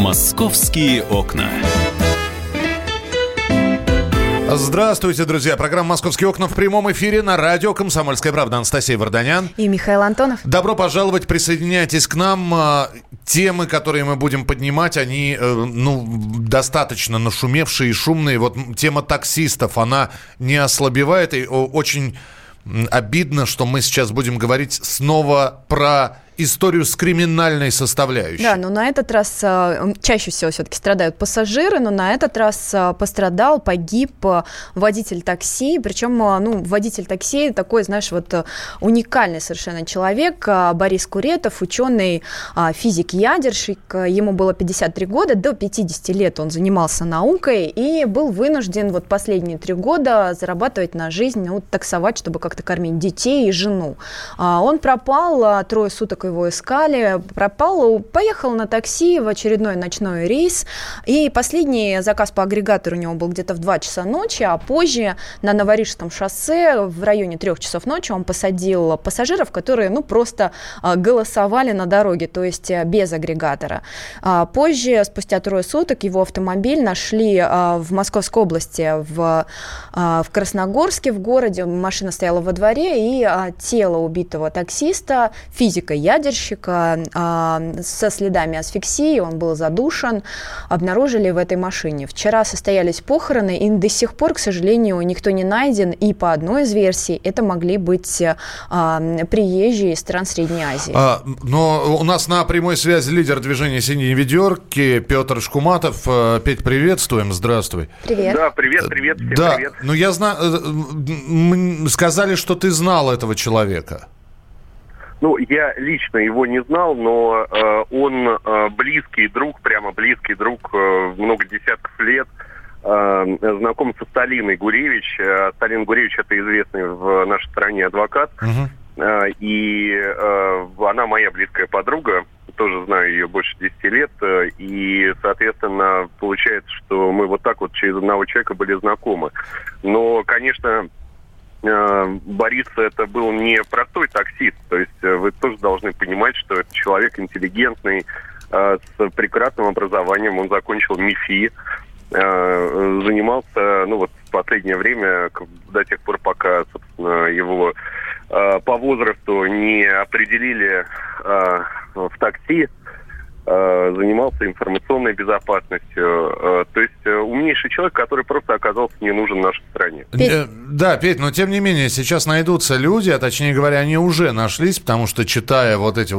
«Московские окна». Здравствуйте, друзья. Программа «Московские окна» в прямом эфире на радио «Комсомольская правда». Анастасия Варданян. И Михаил Антонов. Добро пожаловать, присоединяйтесь к нам. Темы, которые мы будем поднимать, они достаточно нашумевшие и шумные. Вот тема таксистов, она не ослабевает. И очень обидно, что мы сейчас будем говорить снова про историю с криминальной составляющей. Да, но на этот раз чаще всего все-таки страдают пассажиры, но на этот раз погиб водитель такси, причем водитель такси такой, знаешь, уникальный совершенно человек, Борис Куретов, ученый, физик-ядерщик, ему было 53 года, до 50 лет он занимался наукой и был вынужден последние 3 года зарабатывать на жизнь, таксовать, чтобы как-то кормить детей и жену. Он пропал, 3 суток его искали, поехал на такси в очередной ночной рейс, и последний заказ по агрегатору у него был где-то в 2 часа ночи, а позже на Новорижском шоссе в районе 3 часов ночи он посадил пассажиров, которые просто голосовали на дороге, то есть без агрегатора. Позже, спустя 3 суток, его автомобиль нашли в Московской области, в Красногорске, в городе, машина стояла во дворе, и тело убитого таксиста, физика-ядерщика, со следами асфиксии, он был задушен, обнаружили в этой машине. Вчера состоялись похороны, и до сих пор, к сожалению, никто не найден, и по одной из версий это могли быть приезжие из стран Средней Азии. Но у нас на прямой связи лидер движения «Синие ведерки» Петр Шкуматов. Петь, приветствуем, здравствуй. Привет. Да, привет, всем да, привет. Ну я знаю, сказали, что ты знал этого человека. Я лично его не знал, но он близкий друг, много десятков лет, знаком со Сталиной Гуревич. Сталин Гуревич — это известный в нашей стране адвокат. И она моя близкая подруга, тоже знаю ее больше 10 лет, и, соответственно, получается, что мы через одного человека были знакомы. Но, конечно, Борис это был не простой таксист, то есть вы тоже должны понимать, что это человек интеллигентный, с прекрасным образованием, он закончил МИФИ, занимался, в последнее время, до тех пор, пока, собственно, его по возрасту не определили в такси, занимался информационной безопасностью. То есть умнейший человек, который просто оказался не нужен нашей стране. Да, Петь, но тем не менее сейчас найдутся люди, а точнее говоря, они уже нашлись, потому что, читая эти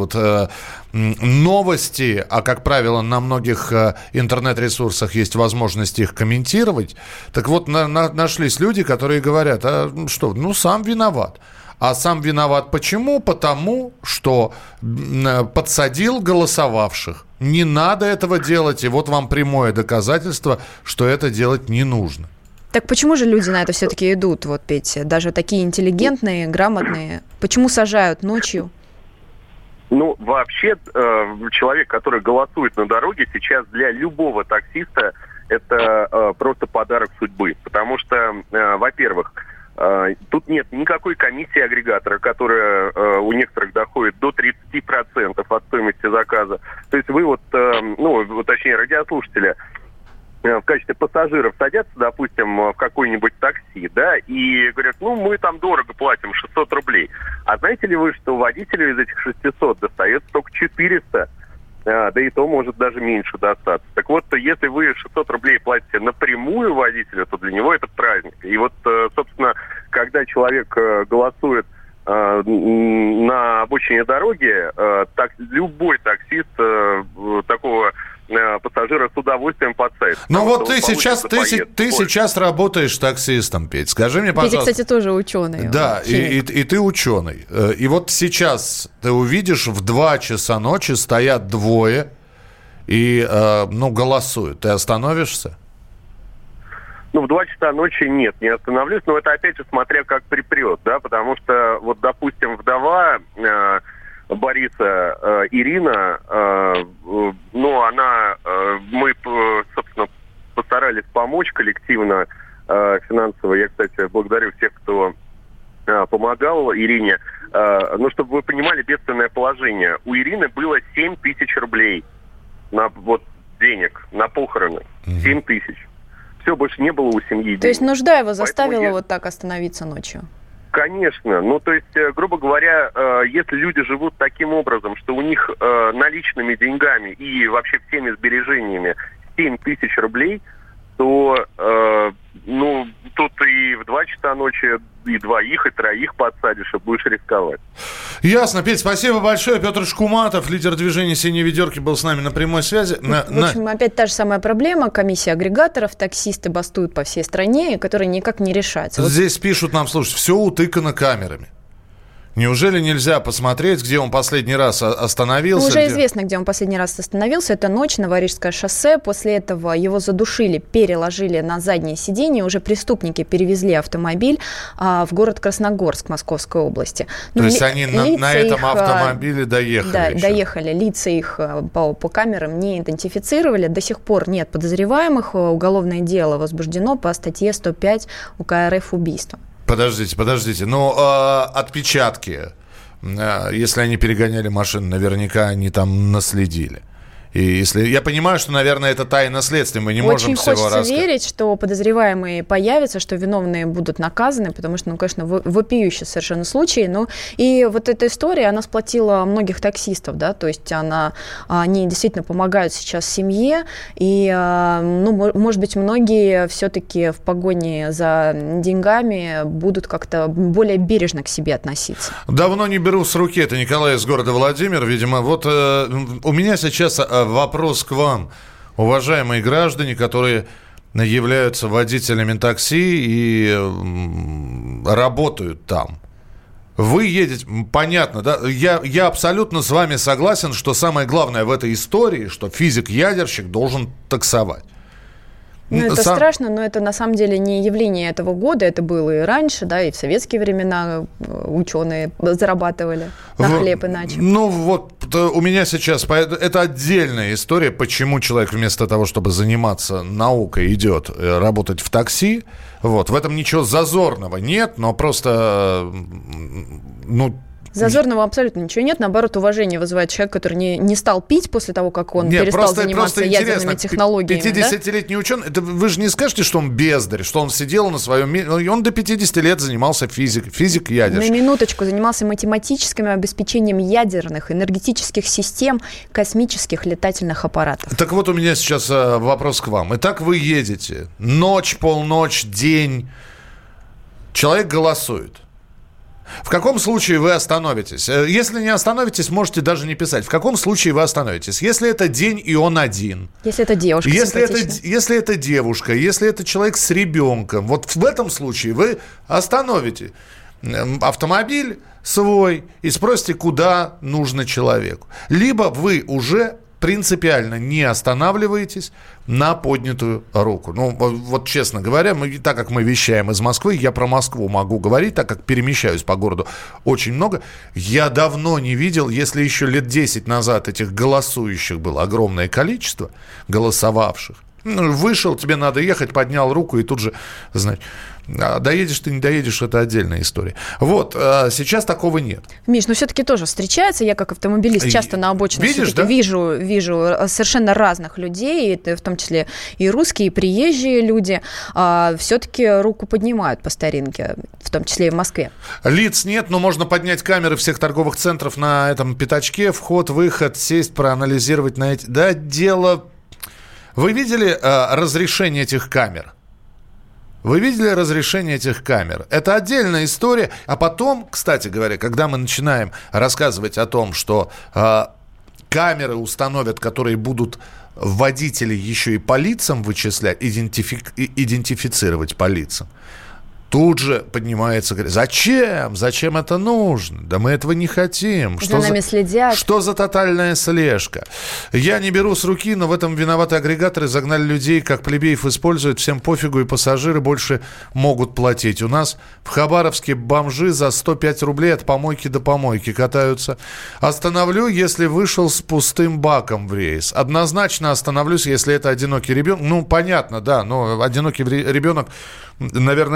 новости, а, как правило, на многих интернет-ресурсах есть возможность их комментировать, так вот, нашлись люди, которые говорят, сам виноват. А сам виноват почему? Потому что подсадил голосовавших. Не надо этого делать, и вот вам прямое доказательство, что это делать не нужно. Так почему же люди на это все-таки идут, Петь? Даже такие интеллигентные, грамотные. Почему сажают ночью? Вообще, человек, который голосует на дороге, сейчас для любого таксиста это просто подарок судьбы. Потому что, во-первых, тут нет никакой комиссии агрегатора, которая у некоторых доходит до 30% от стоимости заказа. То есть вы точнее, радиослушатели, в качестве пассажиров садятся, допустим, в какой-нибудь такси, да, и говорят, мы там дорого платим, 600 рублей. А знаете ли вы, что водителю из этих 600 достается только 400? Да и то может даже меньше достаться. Так вот, если вы 600 рублей платите напрямую водителю, то для него это праздник. И собственно, когда человек голосует на обочине дороги, любой таксист такого пассажира с удовольствием подсадит. Ты сейчас работаешь таксистом, Петь. Скажи мне, пожалуйста. Петя, кстати, тоже ученый. Да, и ты ученый. И вот сейчас ты увидишь, в 2 часа ночи стоят двое и голосуют. Ты остановишься? В 2 часа ночи нет, не остановлюсь. Но это, опять же, смотря как припрет, да, потому что, допустим, вдова Бориса, Ирина, мы, собственно, постарались помочь коллективно финансово. Я, кстати, благодарю всех, кто помогал Ирине. Чтобы вы понимали бедственное положение, у Ирины было 7 тысяч рублей на денег на похороны. 7 тысяч. Все, больше не было у семьи денег. То есть нужда его заставила вот так остановиться ночью? Конечно. Ну, то есть, грубо говоря, если люди живут таким образом, что у них наличными деньгами и вообще всеми сбережениями 7 тысяч рублей, то, тут и в 2 часа ночи и 2, и 3 подсадишь, и будешь рисковать. Ясно, Петь, спасибо большое. Петр Шкуматов, лидер движения «Синие ведерки», был с нами на прямой связи. В общем, опять та же самая проблема. Комиссия агрегаторов, таксисты бастуют по всей стране, и которые никак не решаются. Здесь пишут нам, слушай, все утыкано камерами. Неужели нельзя посмотреть, где он последний раз остановился? Уже известно, где он последний раз остановился. Это ночь, Новорижское шоссе. После этого его задушили, переложили на заднее сиденье. Уже преступники перевезли автомобиль в город Красногорск Московской области. То есть они на этом автомобиле доехали? Да, доехали. Лица их по камерам не идентифицировали. До сих пор нет подозреваемых. Уголовное дело возбуждено по статье 105 УК РФ «Убийство». Подождите. Ну, отпечатки, если они перегоняли машину, наверняка они там наследили. И если я понимаю, что, наверное, это тайна следствия, мы не можем всего рассказать. Очень хочется верить, что подозреваемые появятся, что виновные будут наказаны, потому что, конечно, вопиющий совершенно случай. Ну, и вот эта история, она сплотила многих таксистов, да, то есть они действительно помогают сейчас семье, и, может быть, многие все-таки в погоне за деньгами будут как-то более бережно к себе относиться. Давно не беру с руки, это Николай из города Владимир, видимо. Вот у меня сейчас вопрос к вам, уважаемые граждане, которые являются водителями такси и работают там. Вы едете, понятно, да? Я абсолютно с вами согласен, что самое главное в этой истории, что физик-ядерщик должен таксовать. Ну, это страшно, но это на самом деле не явление этого года, это было и раньше, да, и в советские времена ученые зарабатывали на хлеб иначе. Ну, вот у меня сейчас, это отдельная история, почему человек вместо того, чтобы заниматься наукой, идет работать в такси. Вот, в этом ничего зазорного нет, но просто, Зазорного абсолютно ничего нет. Наоборот, уважение вызывает человек, который не стал пить после того, как он перестал заниматься ядерными технологиями. 50-летний ученый, вы же не скажете, что он бездарь, что он сидел на своем месте. Он до 50 лет занимался физик-ядерщик. На минуточку занимался математическим обеспечением ядерных, энергетических систем, космических летательных аппаратов. Так вот у меня сейчас вопрос к вам. Итак, вы едете. Ночь, полночь, день. Человек голосует. В каком случае вы остановитесь? Если не остановитесь, можете даже не писать. В каком случае вы остановитесь? Если это день, и он один. Если это девушка если это девушка, если это человек с ребенком. Вот в этом случае вы остановите автомобиль свой и спросите, куда нужно человеку. Либо вы уже принципиально не останавливаетесь на поднятую руку. Ну, вот честно говоря, так как мы вещаем из Москвы, я про Москву могу говорить, так как перемещаюсь по городу очень много. Я давно не видел, если еще лет 10 назад этих голосующих было огромное количество, голосовавших. Вышел, тебе надо ехать, поднял руку и тут же, значит, доедешь ты, не доедешь, это отдельная история. Вот, сейчас такого нет. Миш, все-таки тоже встречается, я как автомобилист часто на обочинах вижу совершенно разных людей, в том числе и русские, и приезжие люди, все-таки руку поднимают по старинке, в том числе и в Москве. Лиц нет, но можно поднять камеры всех торговых центров на этом пятачке, вход, выход, сесть, проанализировать на эти... Да, дело... Вы видели разрешение этих камер? Это отдельная история. А потом, кстати говоря, когда мы начинаем рассказывать о том, что камеры установят, которые будут водителей еще и по лицам вычислять, идентифицировать по лицам, тут же поднимается, говорит, зачем это нужно? Да мы этого не хотим. За нами следят. Что за тотальная слежка? Я не беру с руки, но в этом виноваты агрегаторы, загнали людей, как плебеев используют, всем пофигу, и пассажиры больше могут платить. У нас в Хабаровске бомжи за 105 рублей от помойки до помойки катаются. Остановлю, если вышел с пустым баком в рейс. Однозначно остановлюсь, если это одинокий ребенок. Ну, понятно, да, но одинокий ребенок, наверное, сложно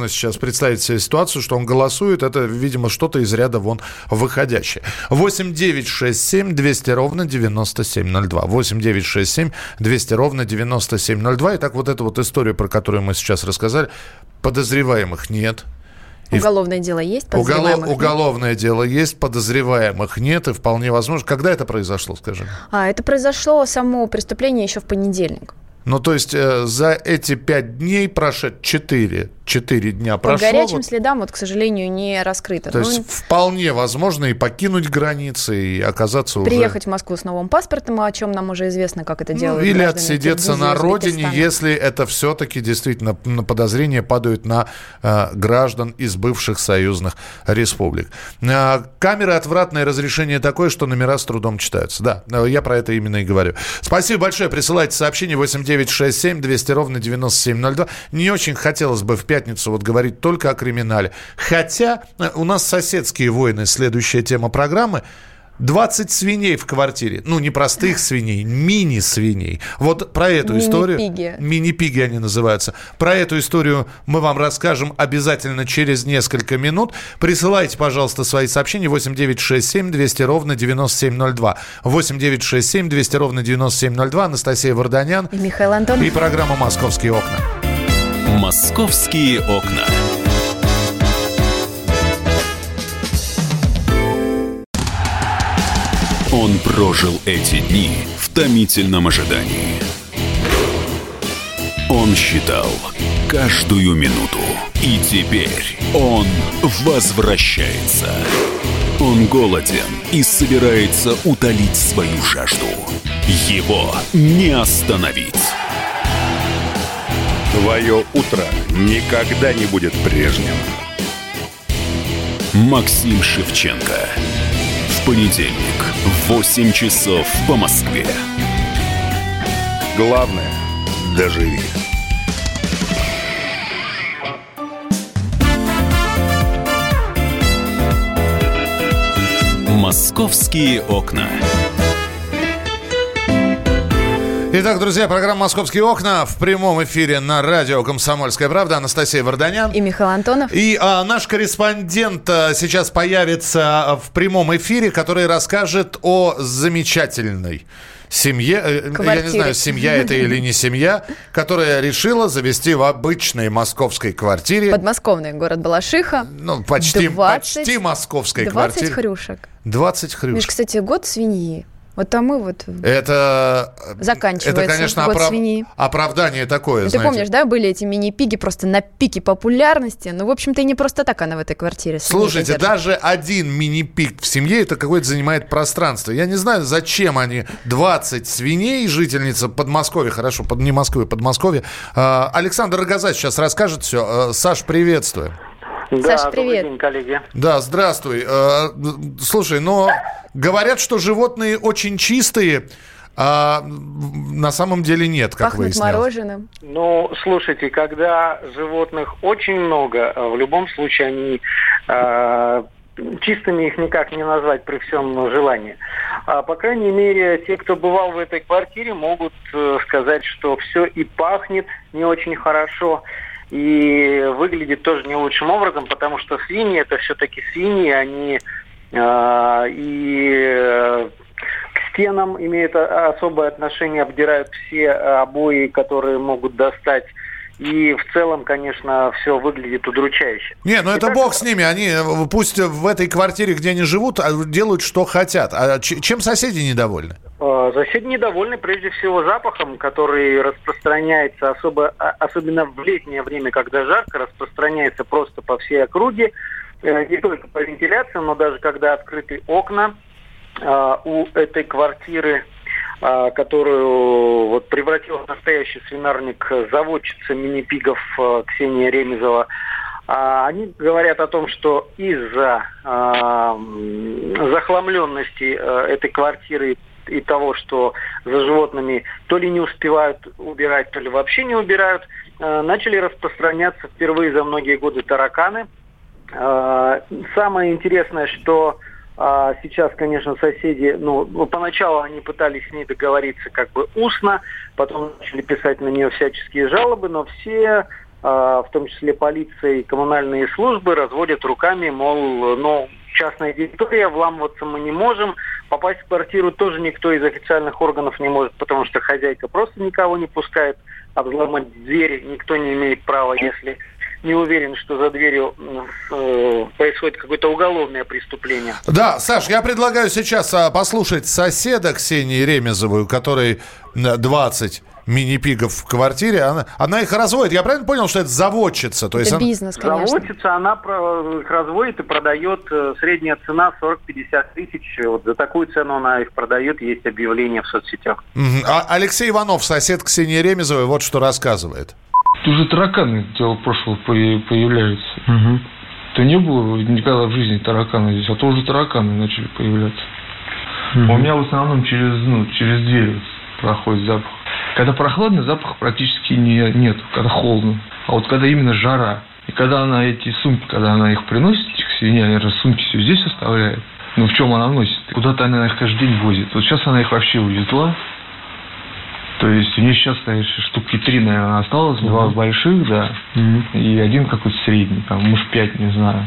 сложно сейчас представить себе ситуацию, что он голосует. Это, видимо, что-то из ряда вон выходящее. 8 9 6 7 200 ровно 9702. 8 9 6 7 200 ровно 9702. Итак, вот эта вот история, про которую мы сейчас рассказали, подозреваемых нет. Уголовное дело есть, подозреваемых нет? Уголовное дело есть, подозреваемых нет, и вполне возможно. Когда это произошло, скажи? Это произошло само преступление еще в понедельник. Ну, то есть за эти 5 дней прошед 4 дня прошло. По горячим следам, к сожалению, не раскрыто. То есть вполне возможно и покинуть границы, и оказаться приехать в Москву с новым паспортом, о чем нам уже известно, как это делают. Или отсидеться на родине, если это все-таки действительно подозрения падают на граждан из бывших союзных республик. Камеры отвратное разрешение такое, что номера с трудом читаются. Да, я про это именно и говорю. Спасибо большое. Присылайте сообщение 8967 200 ровно 9702. Не очень хотелось бы в пятницу говорить только о криминале. Хотя у нас соседские войны, следующая тема программы. 20 свиней в квартире. Ну, не простых свиней, мини-свиней. Вот про эту историю... Мини-пиги они называются. Про эту историю мы вам расскажем обязательно через несколько минут. Присылайте, пожалуйста, свои сообщения 8967 200 ровно 9702. 8967 200 ровно 9702. Анастасия Варданян. И Михаил Антонов. И программа «Московские окна». «Московские окна». Он прожил эти дни в томительном ожидании. Он считал каждую минуту. И теперь он возвращается. Он голоден и собирается утолить свою жажду. Его не остановить. Твое утро никогда не будет прежним. Максим Шевченко. В понедельник в 8 часов по Москве. Главное – доживи. «Московские окна». Итак, друзья, программа «Московские окна» в прямом эфире на радио «Комсомольская правда». Анастасия Варданян. И Михаил Антонов. И наш корреспондент сейчас появится в прямом эфире, который расскажет о замечательной семье, я не знаю, семья это или не семья, которая решила завести в обычной московской квартире. Подмосковный город Балашиха. Ну, почти московской 20 квартире. 20 хрюшек. 20 хрюшек. Миш, кстати, год свиньи. Вот там мы Это, заканчивается, конечно, год свиньи. Оправдание такое, Ты помнишь, да, были эти мини-пиги просто на пике популярности? Ну, в общем-то, и не просто так она в этой квартире. Слушайте, даже один мини-пик в семье, это какое-то занимает пространство. Я не знаю, зачем они 20 свиней, жительница Подмосковья, хорошо, не Москвы, Подмосковья. Александр Рогоза сейчас расскажет все. Саш, приветствую. Да, Саш, привет. Добрый день, коллеги. Да, здравствуй. Слушай, но говорят, что животные очень чистые, а на самом деле нет, как пахнут выяснилось. Мороженым. Ну, слушайте, когда животных очень много, в любом случае они чистыми их никак не назвать при всем желании. По крайней мере, те, кто бывал в этой квартире, могут сказать, что все и пахнет не очень хорошо, и выглядит тоже не лучшим образом, потому что свиньи это все-таки свиньи, они к стенам имеют особое отношение, обдирают все обои, которые могут достать. И в целом, конечно, все выглядит удручающе. Не, ну это бог с ними. Они пусть в этой квартире, где они живут, делают, что хотят. А чем соседи недовольны? Соседи недовольны прежде всего запахом, который распространяется, особенно в летнее время, когда жарко, распространяется просто по всей округе. Не только по вентиляции, но даже когда открыты окна у этой квартиры, которую превратила в настоящий свинарник заводчица мини-пигов Ксения Ремезова. Они говорят о том, что из-за захламленности этой квартиры и того, что за животными то ли не успевают убирать, то ли вообще не убирают, начали распространяться впервые за многие годы тараканы. Самое интересное, что сейчас, конечно, соседи, поначалу они пытались с ней договориться устно, потом начали писать на нее всяческие жалобы, но все в том числе полиция и коммунальные службы, разводят руками, мол, частная территория, вламываться мы не можем, попасть в квартиру тоже никто из официальных органов не может, потому что хозяйка просто никого не пускает, а взломать дверь никто не имеет права, если не уверен, что за дверью происходит какое-то уголовное преступление. Да, Саш, я предлагаю сейчас послушать соседа Ксении Ремезовой, у которой 20 мини-пигов в квартире. Она их разводит. Я правильно понял, что это заводчица? То есть это бизнес, конечно. Заводчица, она их разводит и продает. Средняя цена 40-50 тысяч. Вот за такую цену она их продает. Есть объявление в соцсетях. А Алексей Иванов, сосед Ксении Ремезовой, вот что рассказывает. Уже тараканы дело прошлого появляются. Угу. То не было никогда в жизни таракана здесь, а то уже тараканы начали появляться. Угу. У меня в основном через дверь проходит запах. Когда прохладно, запаха практически нет, когда холодно. А вот когда именно жара, и когда она эти сумки, когда она их приносит, этих свиней, она же сумки все здесь оставляет. В чем она носит? Куда-то она их каждый день возит. Вот сейчас она их вообще увезла. То есть у нее сейчас, конечно, штуки 3, наверное, осталось, 2 больших, да, и 1 какой-то средний, там, может, 5, не знаю.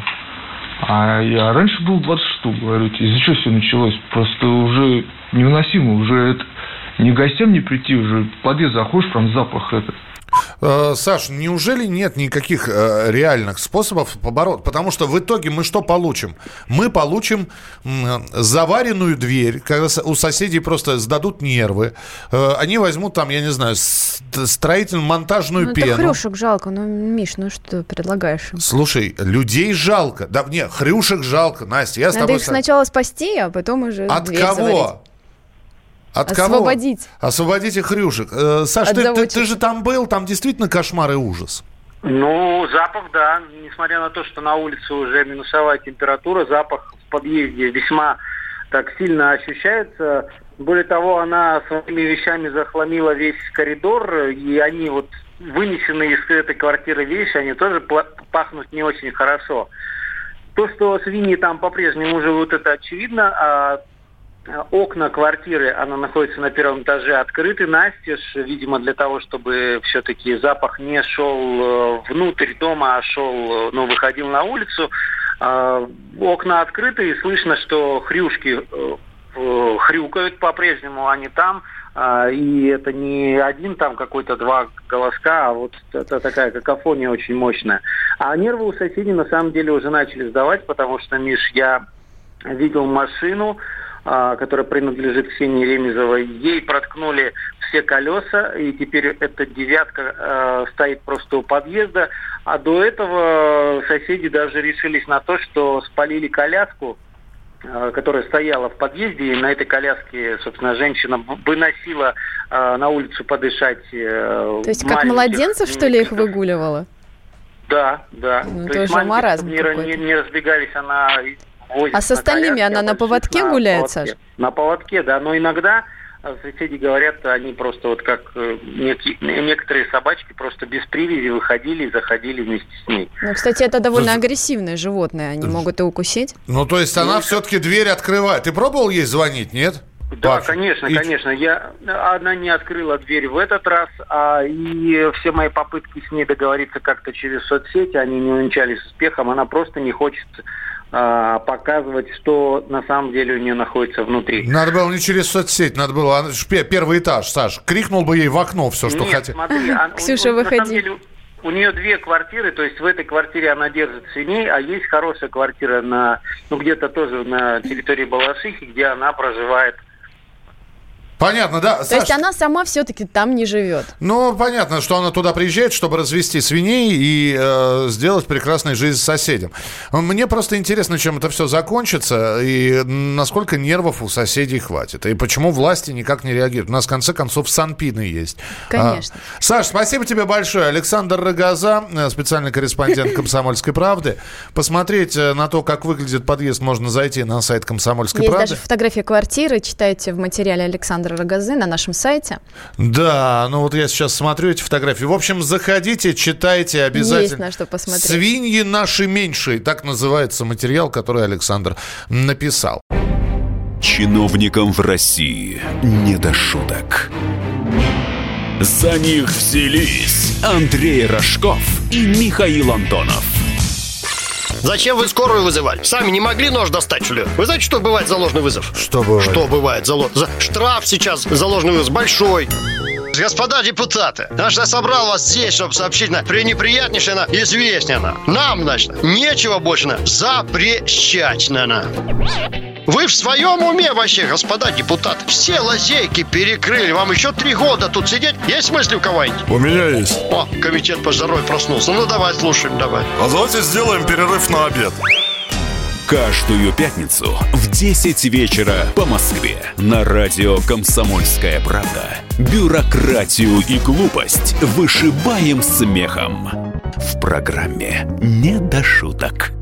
А раньше было 20 штук, говорите. Из-за чего все началось? Просто уже невыносимо, уже это ни гостям не прийти, уже в подъезд заходишь, прям запах этот. Саш, неужели нет никаких реальных способов побороть? Потому что в итоге мы что получим? Мы получим заваренную дверь, когда у соседей просто сдадут нервы. Они возьмут там, я не знаю, строительно-монтажную пену. Это хрюшек жалко. Миш, что предлагаешь? Слушай, людей жалко. Да, нет, хрюшек жалко, Настя, я с тобой... Надо их сначала спасти, а потом уже от дверь кого? заварить. От освободить. Кого? Освободите хрюшек. Саш, ты же там был, там действительно кошмар и ужас. Запах, да. Несмотря на то, что на улице уже минусовая температура, запах в подъезде весьма так сильно ощущается. Более того, она своими вещами захламила весь коридор, и они вот вынесенные из этой квартиры вещи, они тоже пахнут не очень хорошо. То, что свиньи там по-прежнему живут, это очевидно, а окна квартиры, она находится на первом этаже, открыты настежь, видимо, для того, чтобы все-таки запах не шел внутрь дома, а выходил на улицу. Окна открыты, и слышно, что хрюшки хрюкают по-прежнему, они там. И это не один там какой-то 2 голоска, а вот это такая какофония очень мощная. А нервы у соседей на самом деле уже начали сдавать, потому что, Миш, я видел машину, которая принадлежит Ксении Ремезовой. Ей проткнули все колеса, и теперь эта 9 стоит просто у подъезда. А до этого соседи даже решились на то, что спалили коляску, которая стояла в подъезде, и на этой коляске, собственно, женщина выносила на улицу подышать. То есть как младенцев, что ли, их выгуливала? Да. То есть маразм какой-то. Не разбегались, она... А с остальными она на поводке гуляет, Саша? На поводке, да. Но иногда соседи говорят, они просто вот как некоторые собачки просто без привязи выходили и заходили вместе с ней. Кстати, это довольно агрессивное животное. Они могут и укусить. То есть она все-таки дверь открывает. Ты пробовал ей звонить, нет? Да, Паша. Конечно. Она не открыла дверь в этот раз, и все мои попытки с ней договориться как-то через соцсети, они не увенчались успехом. Она просто не хочет показывать, что на самом деле у нее находится внутри. Надо было не через соцсеть, надо было первый этаж, Саш. Крикнул бы ей в окно все, что хотел. Смотри, Ксюша, выходи. На самом деле, у нее 2 квартиры, то есть в этой квартире она держит свиней, а есть хорошая квартира где-то тоже на территории Балашихи, где она проживает. Понятно, да. То есть она сама все-таки там не живет. Понятно, что она туда приезжает, чтобы развести свиней и сделать прекрасную жизнь соседям. Мне просто интересно, чем это все закончится и насколько нервов у соседей хватит. И почему власти никак не реагируют. У нас, в конце концов, санпины есть. Конечно. Саш, спасибо тебе большое. Александр Рогоза, специальный корреспондент «Комсомольской правды». Посмотреть на то, как выглядит подъезд, можно зайти на сайт «Комсомольской правды». Есть даже фотография квартиры. Читайте в материале Александра Рогозы на нашем сайте. Да, я сейчас смотрю эти фотографии. В общем, заходите, читайте обязательно. Есть на что посмотреть. «Свиньи наши меньшие». Так называется материал, который Александр написал. Чиновникам в России не до шуток. За них взялись Андрей Рожков и Михаил Антонов. Зачем вы скорую вызывали? Сами не могли нож достать, что ли? Вы знаете, что бывает за ложный вызов? Что бывает? Что бывает штраф сейчас за ложный вызов большой. Господа депутаты, я собрал вас здесь, чтобы сообщить пренеприятнейшее известие нам, значит, нечего больше запрещать. Вы в своем уме вообще, господа депутаты? Все лазейки перекрыли. Вам еще 3 года тут сидеть? Есть мысли у кого-нибудь? У меня есть. О, комитет по здоровью проснулся. Ну, давай, слушаем, давай. А давайте сделаем перерыв на обед. Каждую пятницу в 10 вечера по Москве на радио «Комсомольская правда». Бюрократию и глупость вышибаем смехом. В программе «Не до шуток».